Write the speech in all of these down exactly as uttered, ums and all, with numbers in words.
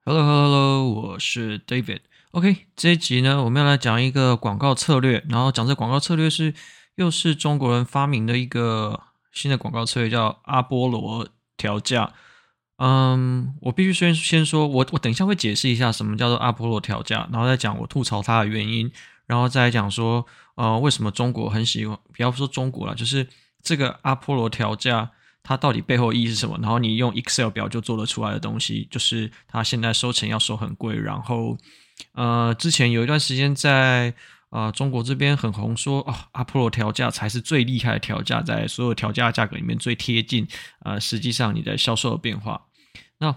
Hello Hello Hello，我是 David。OK，这一集呢，我们要来讲一个广告策略，然后讲这广告策略是又是中国人发明的一个新的广告策略，叫阿波罗调价。嗯，我必须先先说，我我等一下会解释一下什么叫做阿波罗调价，然后再讲我吐槽它的原因，然后再讲说，呃，为什么中国很喜欢，不要说中国啦，就是这个阿波罗调价。它到底背后意义是什么？然后你用 Excel 表就做得出来的东西，就是它现在收钱要收很贵。然后，呃，之前有一段时间在呃中国这边很红说，哦，阿波罗调价才是最厉害的调价，在所有调价价格里面最贴近呃实际上你的销售的变化。那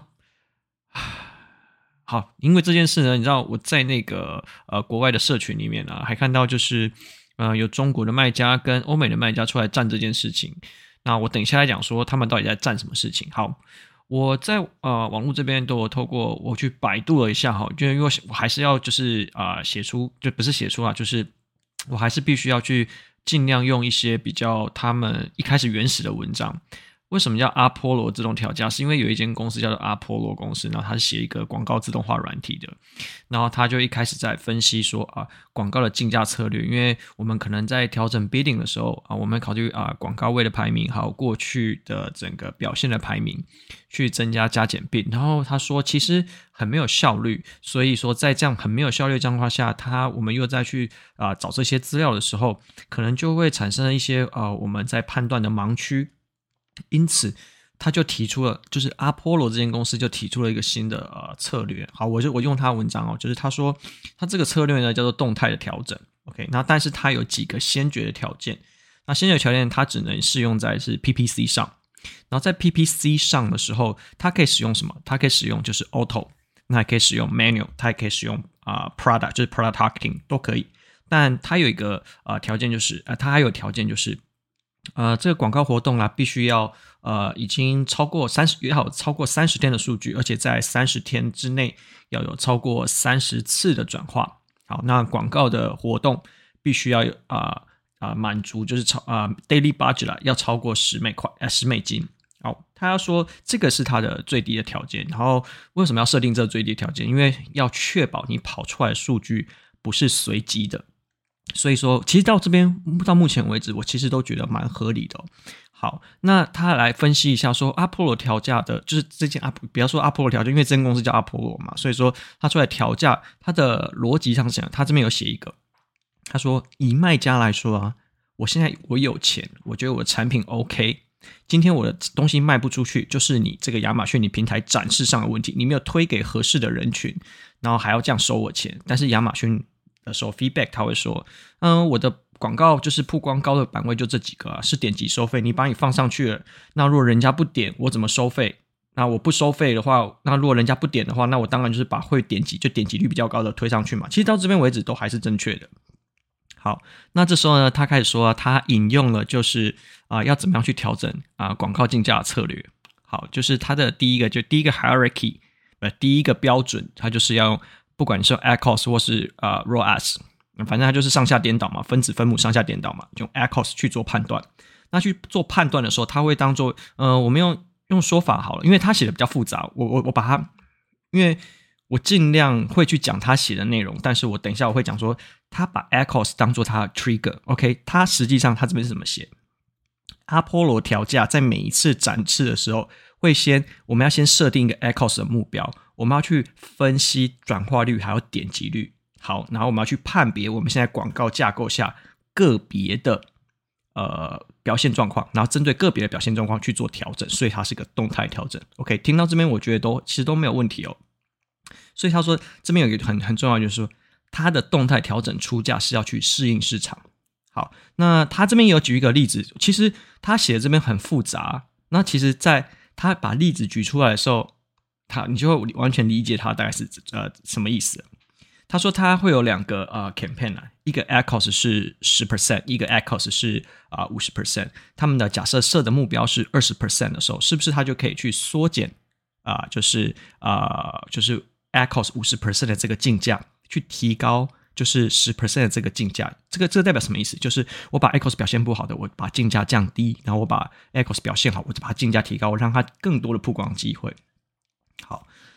好，因为这件事呢，你知道我在那个呃国外的社群里面啊，还看到就是呃有中国的卖家跟欧美的卖家出来站这件事情。那我等一下来讲说他们到底在战什么事情。好，我在呃网络这边都有透过我去百度了一下哈，就因为我还是要就是啊、呃、写出，就不是写出啊，就是我还是必须要去尽量用一些比较他们一开始原始的文章。为什么叫阿波罗自动调价？是因为有一间公司叫做阿波罗公司，然后它是写一个广告自动化软体的，然后他就一开始在分析说啊，广告的竞价策略，因为我们可能在调整 bidding 的时候啊，我们考虑啊广告位的排名，还有过去的整个表现的排名，去增加加减 bid。然后他说其实很没有效率，所以说在这样很没有效率的状况下，他我们又再去啊找这些资料的时候，可能就会产生一些啊我们在判断的盲区。因此他就提出了，就是阿波罗这间公司就提出了一个新的呃策略。好，我就我用他的文章哦，就是他说他这个策略呢叫做动态的调整。OK， 那但是它有几个先决的条件。那先决条件它只能适用在是 P P C 上，然后在 P P C 上的时候，它可以使用什么？它可以使用就是 Auto， 那还可以使用 Manual， 它也可以使用啊、呃、Product， 就是 Product Targeting 都可以。但它有一个呃条件，就是呃它还有条件就是。呃，这个广告活动啦，必须要呃已经超过三十，要有超过三十天的数据，而且在三十天之内要有超过三十次的转化。好，那广告的活动必须要有啊啊满足，就是超啊、呃、daily budget 啦，要超过十美块呃十美金。好，他要说这个是他的最低的条件。然后为什么要设定这个最低的条件？因为要确保你跑出来的数据不是随机的。所以说其实到这边到目前为止我其实都觉得蛮合理的、哦、好，那他来分析一下说阿波罗调价的，就是这件阿不要说阿波罗调价，因为这间公司叫阿波罗嘛，所以说他出来调价，他的逻辑上讲，他这边有写一个，他说以卖家来说啊，我现在我有钱，我觉得我的产品 OK， 今天我的东西卖不出去，就是你这个亚马逊你平台展示上的问题，你没有推给合适的人群，然后还要这样收我钱。但是亚马逊的时候 feedback 他会说，嗯，我的广告就是曝光高的版位就这几个啊，是点击收费，你把你放上去了，那如果人家不点，我怎么收费？那我不收费的话，那如果人家不点的话，那我当然就是把会点击就点击率比较高的推上去嘛。其实到这边为止都还是正确的。好，那这时候呢，他开始说、啊、他引用了就是啊、呃，要怎么样去调整啊、呃、广告竞价的策略。好，就是他的第一个就第一个 hierarchy， 呃，第一个标准，他就是要用。不管你是用 A C O S 或是呃 R O A S， 反正它就是上下颠倒嘛，分子分母上下颠倒嘛，用 A C O S 去做判断。那去做判断的时候，它会当做呃，我们用用说法好了，因为他写的比较复杂，我我我把它，因为我尽量会去讲他写的内容，但是我等一下我会讲说，他把 A C O S 当做他的 trigger，OK， 他实际上他这边是怎么写？阿波罗调价在每一次展示的时候，会先我们要先设定一个 A C O S 的目标。我们要去分析转化率还有点击率，好，然后我们要去判别我们现在广告架构下个别的呃表现状况，然后针对个别的表现状况去做调整，所以它是个动态调整。OK， 听到这边我觉得都其实都没有问题哦。所以他说这边有一个很很重要的就是说，它的动态调整出价是要去适应市场。好，那他这边有举一个例子，其实他写的这边很复杂，那其实在他把例子举出来的时候。他你就会完全理解他大概是呃什么意思了。他说他会有两个呃 campaign 啊，一个 A C O S 是 百分之十， 一个 A C O S 是啊、呃、百分之五十。他们的假设设的目标是 百分之二十 的时候，是不是他就可以去缩减啊、呃、就是啊、呃、就是 A C O S 百分之五十 的这个竞价，去提高就是 百分之十 的这个竞价。这个这个代表什么意思？就是我把 A C O S 表现不好的，我把竞价降低，然后我把 A C O S 表现好，我就把它竞价提高，我让它更多的曝光机会。好，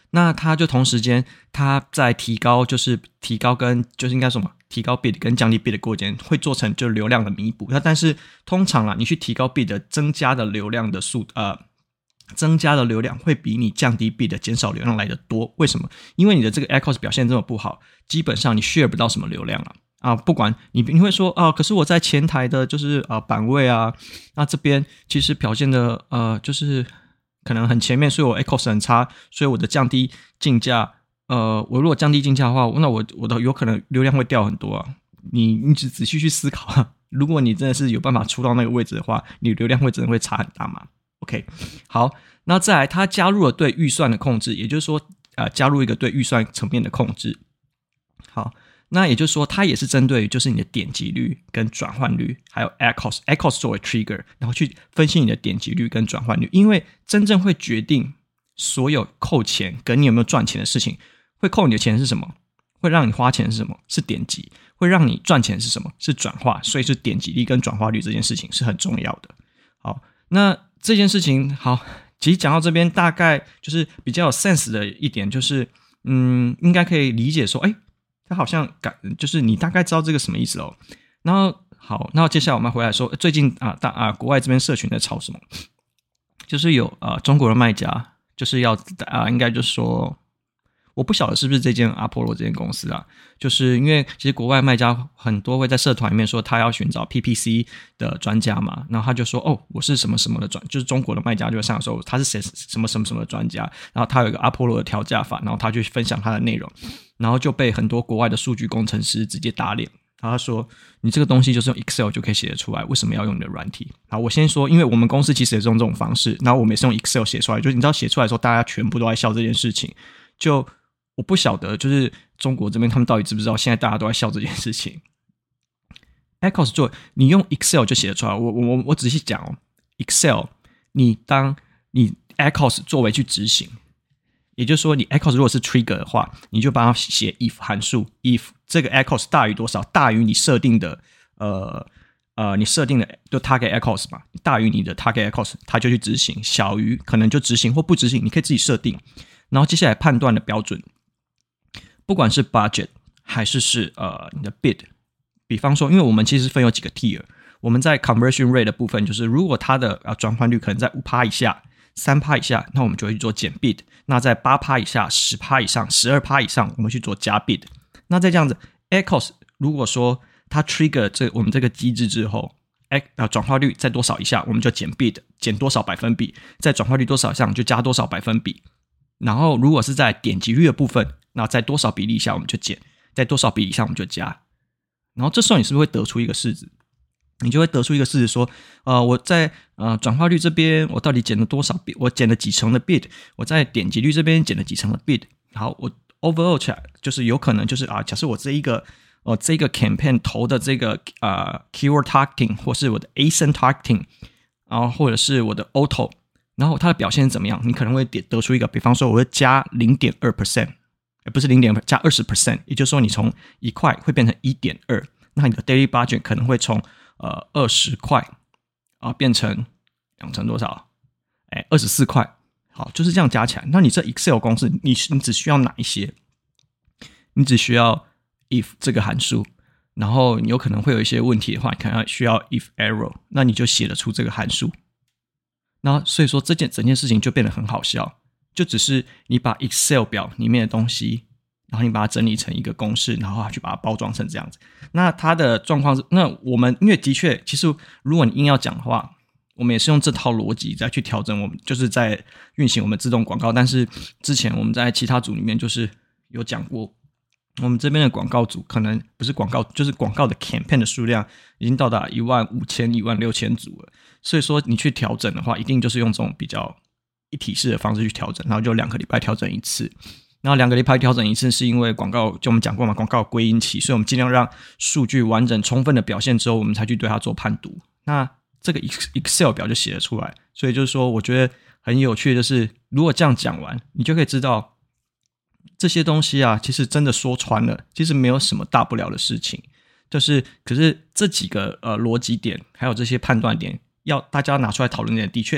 那它就同时间，它在提高，就是提高跟就是应该什么，提高 bid 跟降低 bid 的过程，会做成就流量的弥补。那但是通常啦，你去提高 bid 增加的流量的速呃，增加的流量会比你降低 bid 减少流量来的多。为什么？因为你的这个 A C O S 表现这么不好，基本上你 share 不到什么流量了。啊，不管你你会说啊，可是我在前台的就是啊版位啊，那这边其实表现的呃就是可能很前面，所以我 A C O S 很差，所以我的降低竞价，呃，我如果降低竞价的话，那我我的有可能流量会掉很多啊。你你只仔细去思考，如果你真的是有办法出到那个位置的话，你流量会真的会差很大嘛 ？OK， 好，那再来，它加入了对预算的控制，也就是说，呃，加入一个对预算层面的控制。好。那也就是说，它也是针对就是你的点击率跟转换率，还有 A C O S，A C O S 作为 trigger， 然后去分析你的点击率跟转换率。因为真正会决定所有扣钱跟你有没有赚钱的事情，会扣你的钱是什么？会让你花钱是什么？是点击。会让你赚钱是什么？是转化。所以是点击率跟转化率这件事情是很重要的。好，那这件事情好，其实讲到这边，大概就是比较有 sense 的一点，就是嗯，应该可以理解说，哎。他好像感就是你大概知道这个什么意思哦。然后好，那接下来我们回来说，最近啊大啊国外这边社群在吵什么？就是有啊中国的卖家就是要啊应该就是说，我不晓得是不是这间阿波罗这间公司啊，就是因为其实国外卖家很多会在社团里面说他要寻找 P P C 的专家嘛，然后他就说哦我是什么什么的专，就是中国的卖家就会上说他是谁什么什么什么的专家，然后他有一个阿波罗的调价法，然后他去分享他的内容。然后就被很多国外的数据工程师直接打脸，然后他说你这个东西就是用 Excel 就可以写得出来，为什么要用你的软体？好，我先说，因为我们公司其实也是用这种方式，然后我们也是用 Excel 写出来，就是你知道写出来的时候大家全部都在笑这件事情，就我不晓得就是中国这边他们到底知不知道现在大家都在笑这件事情。A C O S 做你用 Excel 就写得出来，我我我仔细讲哦 ，Excel 你当你 A C O S 作为去执行。也就是说，你 A C O S 如果是 trigger 的话，你就帮它写 if 函数 ，if 这个 A C O S 大于多少，大于你设定的呃呃你设定的就 target A C O S 嘛，大于你的 target A C O S， 它就去执行；小于可能就执行或不执行，你可以自己设定。然后接下来判断的标准，不管是 budget 还是是呃你的 bid， 比方说，因为我们其实分有几个 tier， 我们在 conversion rate 的部分，就是如果它的呃转换率可能在 百分之五 以下。百分之三 以下，那我们就会去做减 bid。那在 百分之八 以下、百分之十 以上、百分之十二 以上，我们去做加 bid。那再这样子 ，A C O S 如果说它 trigger 这我们这个机制之后，呃转化率在多少以下，我们就减 bid， 减多少百分比；在转化率多少以上，就加多少百分比。然后如果是在点击率的部分，那在多少比例以下我们就减，在多少比例以上我们就加。然后这时候你是不是会得出一个式子？你就会得出一个事实说，呃，我在呃转化率这边，我到底减了多少 bid？ 我减了几成的 bid？ 我在点击率这边减了几成的 bid？ 好，我 overall check 就是有可能就是啊，假设我这一个呃这个 campaign 投的这个呃 keyword targeting， 或是我的 A S I N targeting， 然后或者是我的 auto， 然后它的表现怎么样？你可能会得出一个，比方说我会加 百分之零点二， 不是 零点二 加 百分之二十， 也就是说你从一块会变成 一点二， 那你的 daily budget 可能会从呃，二十块啊，变成养成多少？哎，二十四块。好，就是这样加起来。那你这 Excel 公式，你你只需要哪一些？你只需要 if 这个函数，然后你有可能会有一些问题的话，你可能需要 if arrow， 那你就写得出这个函数。那所以说这件整件事情就变得很好笑，就只是你把 Excel 表里面的东西。然后你把它整理成一个公式，然后去把它包装成这样子。那它的状况是，那我们因为的确，其实如果你硬要讲的话，我们也是用这套逻辑再去调整我们，就是在运行我们自动广告。但是之前我们在其他组里面就是有讲过，我们这边的广告组可能不是广告，就是广告的 campaign 的数量已经到达一万五千、一万六千组了。所以说你去调整的话，一定就是用这种比较一体式的方式去调整，然后就两个礼拜调整一次。然后两个礼拜调整一次，是因为广告就我们讲过嘛，广告有归因期，所以我们尽量让数据完整充分的表现之后，我们才去对它做判读。那这个 Excel 表就写得出来，所以就是说，我觉得很有趣的就是，如果这样讲完，你就可以知道这些东西啊，其实真的说穿了，其实没有什么大不了的事情。就是，可是这几个呃逻辑点，还有这些判断点，要大家拿出来讨论点，的确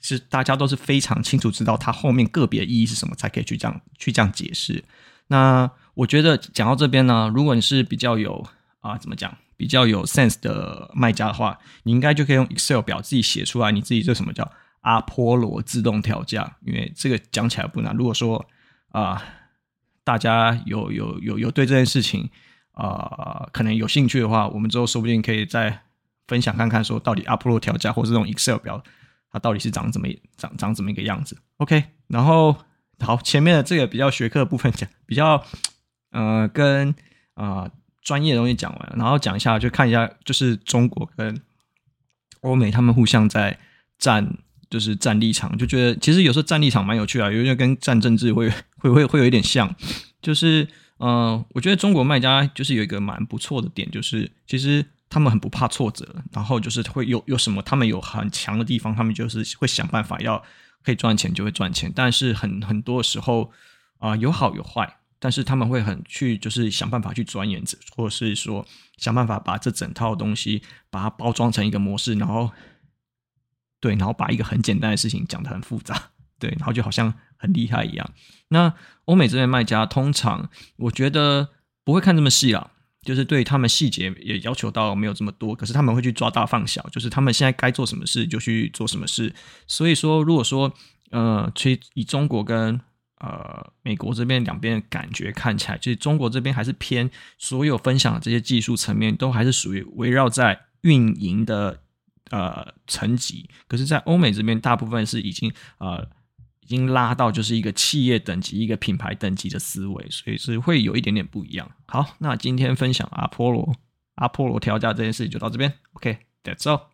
是大家都是非常清楚知道它后面个别意义是什么，才可以去这样去这样解释。那我觉得讲到这边呢，如果你是比较有啊怎么讲比较有 sense 的卖家的话，你应该就可以用 Excel 表自己写出来，你自己这什么叫阿波罗自动调价，因为这个讲起来不难。如果说啊、呃、大家有有有有对这件事情啊、呃、可能有兴趣的话，我们之后说不定可以再分享看看，说到底阿波罗调价或是这种 Excel 表它到底是长怎么长长怎么一个样子。 OK， 然后好，前面的这个比较学科的部分讲比较呃跟啊、呃、专业的东西讲完了，然后讲一下就看一下就是中国跟欧美他们互相在站就是站立场，就觉得其实有时候站立场蛮有趣啊，有点跟站政治会会会会有一点像，就是呃我觉得中国卖家就是有一个蛮不错的点，就是其实他们很不怕挫折，然后就是会有有什么他们有很强的地方，他们就是会想办法要可以赚钱就会赚钱，但是很很多时候啊、呃、有好有坏，但是他们会很去就是想办法去钻研，或者是说想办法把这整套东西把它包装成一个模式，然后对，然后把一个很简单的事情讲得很复杂，对，然后就好像很厉害一样。那欧美这边卖家通常我觉得不会看这么细啦，就是对他们细节也要求到没有这么多，可是他们会去抓大放小，就是他们现在该做什么事就去做什么事。所以说如果说呃，其实以中国跟呃美国这边两边的感觉看起来，就是中国这边还是偏所有分享的这些技术层面都还是属于围绕在运营的呃层级，可是在欧美这边大部分是已经呃已经拉到就是一个企业等级一个品牌等级的思维，所以是会有一点点不一样。好，那今天分享阿波罗阿波罗调价这件事就到这边 OK， that's all。